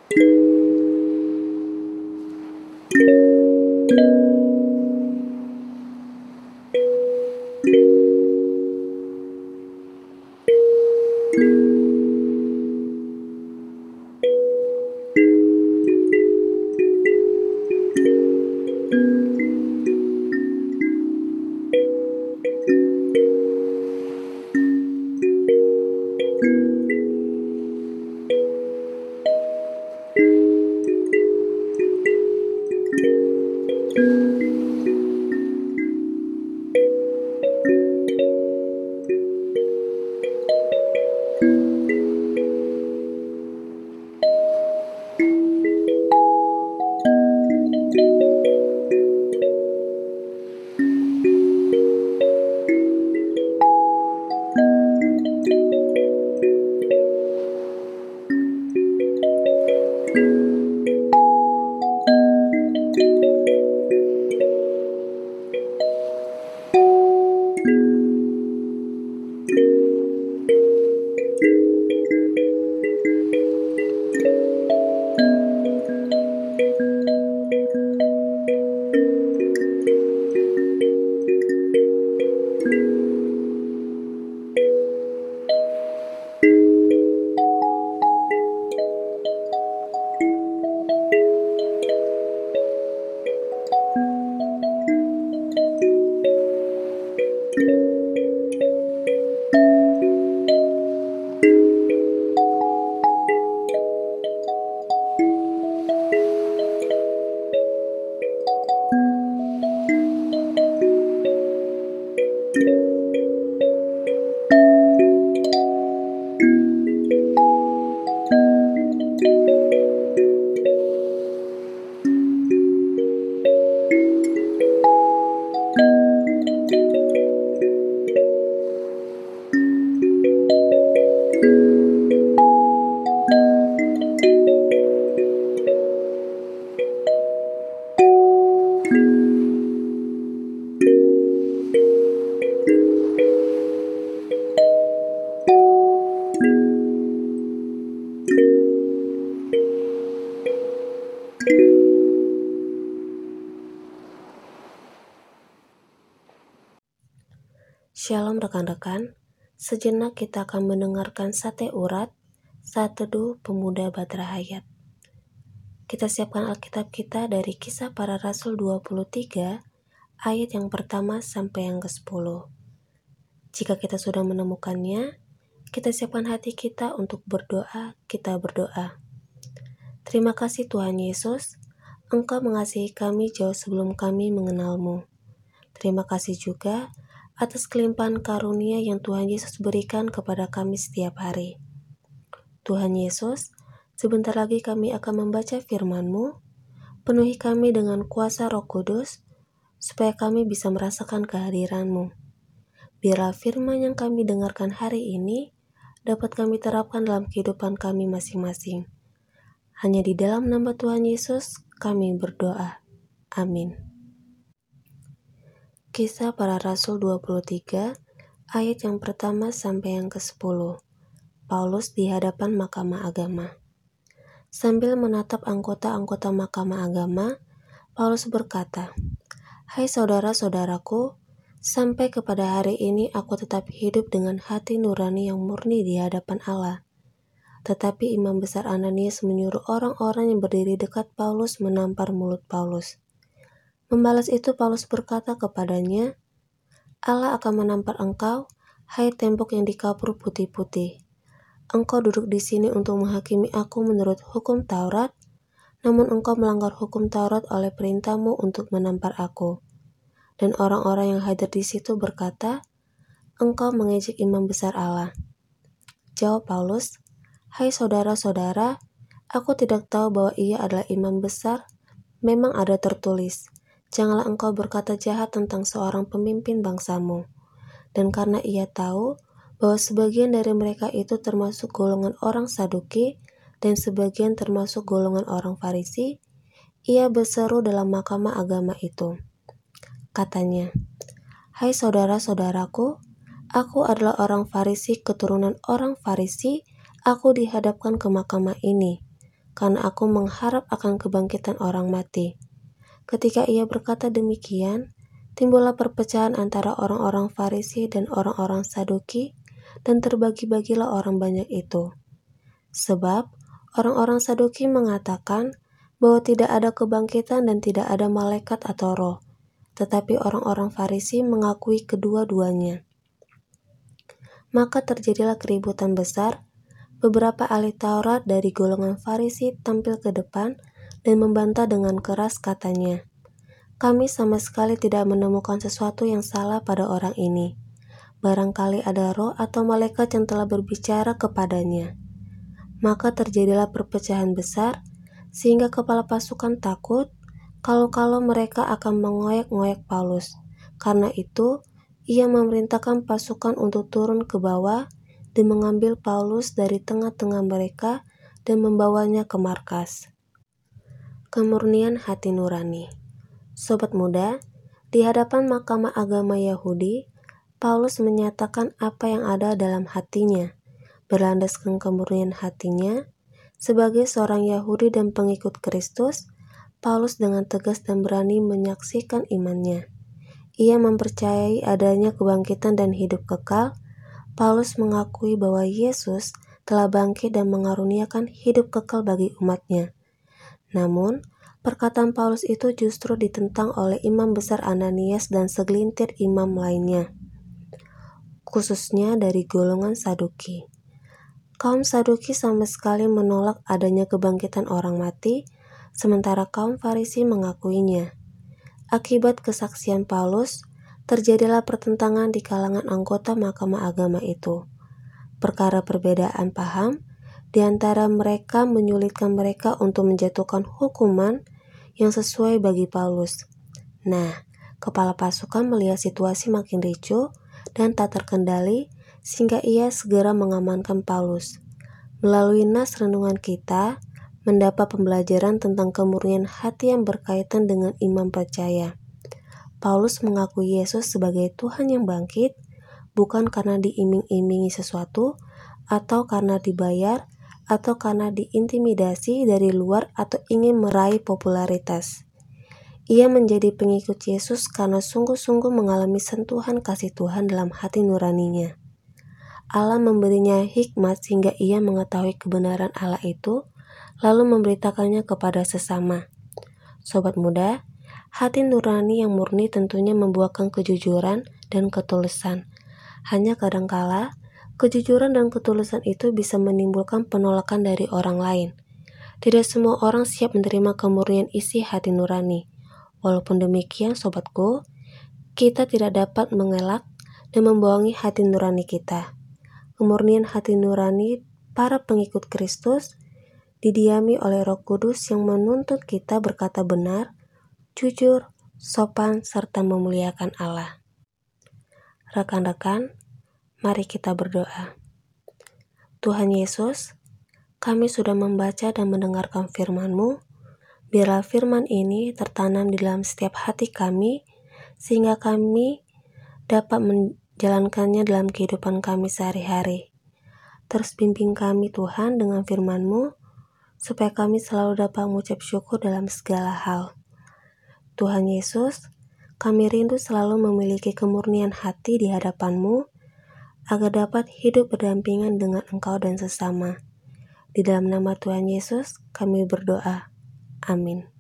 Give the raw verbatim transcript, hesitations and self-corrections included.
Shalom rekan-rekan, sejenak kita akan mendengarkan sate urat, saat teduh pemuda Batra Hayat. Kita siapkan Alkitab kita dari Kisah Para Rasul dua puluh tiga, ayat yang pertama sampai yang kesepuluh. Jika kita sudah menemukannya, kita siapkan hati kita untuk berdoa, kita berdoa. Terima kasih Tuhan Yesus, Engkau mengasihi kami jauh sebelum kami mengenal-Mu. Terima kasih juga atas kelimpahan karunia yang Tuhan Yesus berikan kepada kami setiap hari. Tuhan Yesus, sebentar lagi kami akan membaca firman-Mu, penuhi kami dengan kuasa Roh Kudus, supaya kami bisa merasakan kehadiran-Mu. Biarlah firman yang kami dengarkan hari ini dapat kami terapkan dalam kehidupan kami masing-masing. Hanya di dalam nama Tuhan Yesus kami berdoa. Amin. Kisah Para Rasul dua puluh tiga, ayat yang pertama sampai yang kesepuluh. Paulus di hadapan Mahkamah Agama. Sambil menatap anggota-anggota Mahkamah Agama, Paulus berkata, "Hai saudara-saudaraku, sampai kepada hari ini aku tetap hidup dengan hati nurani yang murni di hadapan Allah." Tetapi Imam Besar Ananias menyuruh orang-orang yang berdiri dekat Paulus menampar mulut Paulus. Membalas itu Paulus berkata kepadanya, "Allah akan menampar engkau, hai tembok yang dikapur putih-putih. Engkau duduk di sini untuk menghakimi aku menurut hukum Taurat, namun engkau melanggar hukum Taurat oleh perintahmu untuk menampar aku." Dan orang-orang yang hadir di situ berkata, "Engkau mengejek Imam Besar Allah." Jawab Paulus, "Hai saudara-saudara, aku tidak tahu bahwa ia adalah imam besar. Memang ada tertulis, janganlah engkau berkata jahat tentang seorang pemimpin bangsamu." Dan karena ia tahu bahwa sebagian dari mereka itu termasuk golongan orang Saduki dan sebagian termasuk golongan orang Farisi, ia berseru dalam mahkamah agama itu. Katanya, "Hai saudara-saudaraku, aku adalah orang Farisi keturunan orang Farisi, aku dihadapkan ke mahkamah ini. karena aku mengharap akan kebangkitan orang mati." Ketika ia berkata demikian, timbullah perpecahan antara orang-orang Farisi dan orang-orang Saduki, dan terbagi-bagilah orang banyak itu. Sebab orang-orang Saduki mengatakan bahwa tidak ada kebangkitan dan tidak ada malaikat atau roh, tetapi orang-orang Farisi mengakui kedua-duanya. Maka terjadilah keributan besar. Beberapa ahli Taurat dari golongan Farisi tampil ke depan dan membantah dengan keras, katanya, "Kami sama sekali tidak menemukan sesuatu yang salah pada orang ini. Barangkali ada roh atau malaikat yang telah berbicara kepadanya." Maka terjadilah perpecahan besar, sehingga kepala pasukan takut kalau-kalau mereka akan mengoyak-ngoyak Paulus. Karena itu, ia memerintahkan pasukan untuk turun ke bawah dan mengambil Paulus dari tengah-tengah mereka dan membawanya ke markas. Kemurnian hati nurani. Sobat muda, di hadapan Mahkamah Agama Yahudi, Paulus menyatakan apa yang ada dalam hatinya. Berlandaskan kemurnian hatinya, sebagai seorang Yahudi dan pengikut Kristus, Paulus dengan tegas dan berani menyaksikan imannya. Ia mempercayai adanya kebangkitan dan hidup kekal. Paulus mengakui bahwa Yesus telah bangkit dan mengaruniakan hidup kekal bagi umatnya. Namun, perkataan Paulus itu justru ditentang oleh Imam Besar Ananias dan segelintir imam lainnya, khususnya dari golongan Saduki. Kaum Saduki sama sekali menolak adanya kebangkitan orang mati, sementara kaum Farisi mengakuinya. Akibat kesaksian Paulus, terjadilah pertentangan di kalangan anggota Mahkamah Agama itu. Perkara perbedaan paham di antara mereka menyulitkan mereka untuk menjatuhkan hukuman yang sesuai bagi Paulus. Nah, kepala pasukan melihat situasi makin ricuh dan tak terkendali, sehingga ia segera mengamankan Paulus. Melalui nas renungan kita, mendapat pembelajaran tentang kemurnian hati yang berkaitan dengan iman percaya. Paulus mengakui Yesus sebagai Tuhan yang bangkit, bukan karena diiming-imingi sesuatu, atau karena dibayar, atau karena diintimidasi dari luar atau ingin meraih popularitas. Ia menjadi pengikut Yesus karena sungguh-sungguh mengalami sentuhan kasih Tuhan dalam hati nuraninya. Allah memberinya hikmat sehingga ia mengetahui kebenaran Allah itu, lalu memberitakannya kepada sesama. Sobat muda, hati nurani yang murni tentunya membuahkan kejujuran dan ketulusan. Hanya kadangkala, kejujuran dan ketulusan itu bisa menimbulkan penolakan dari orang lain. Tidak semua orang siap menerima kemurnian isi hati nurani. Walaupun demikian, sobatku, kita tidak dapat mengelak dan membohongi hati nurani kita. Kemurnian hati nurani para pengikut Kristus didiami oleh Roh Kudus yang menuntut kita berkata benar, jujur, sopan, serta memuliakan Allah. Rekan-rekan, mari kita berdoa. Tuhan Yesus, kami sudah membaca dan mendengarkan firman-Mu. Biarlah firman ini tertanam di dalam setiap hati kami, sehingga kami dapat menjalankannya dalam kehidupan kami sehari-hari. Terus bimbing kami Tuhan dengan firman-Mu, supaya kami selalu dapat mengucap syukur dalam segala hal. Tuhan Yesus, kami rindu selalu memiliki kemurnian hati di hadapan-Mu, agar dapat hidup berdampingan dengan Engkau dan sesama. Di dalam nama Tuhan Yesus, kami berdoa. Amin.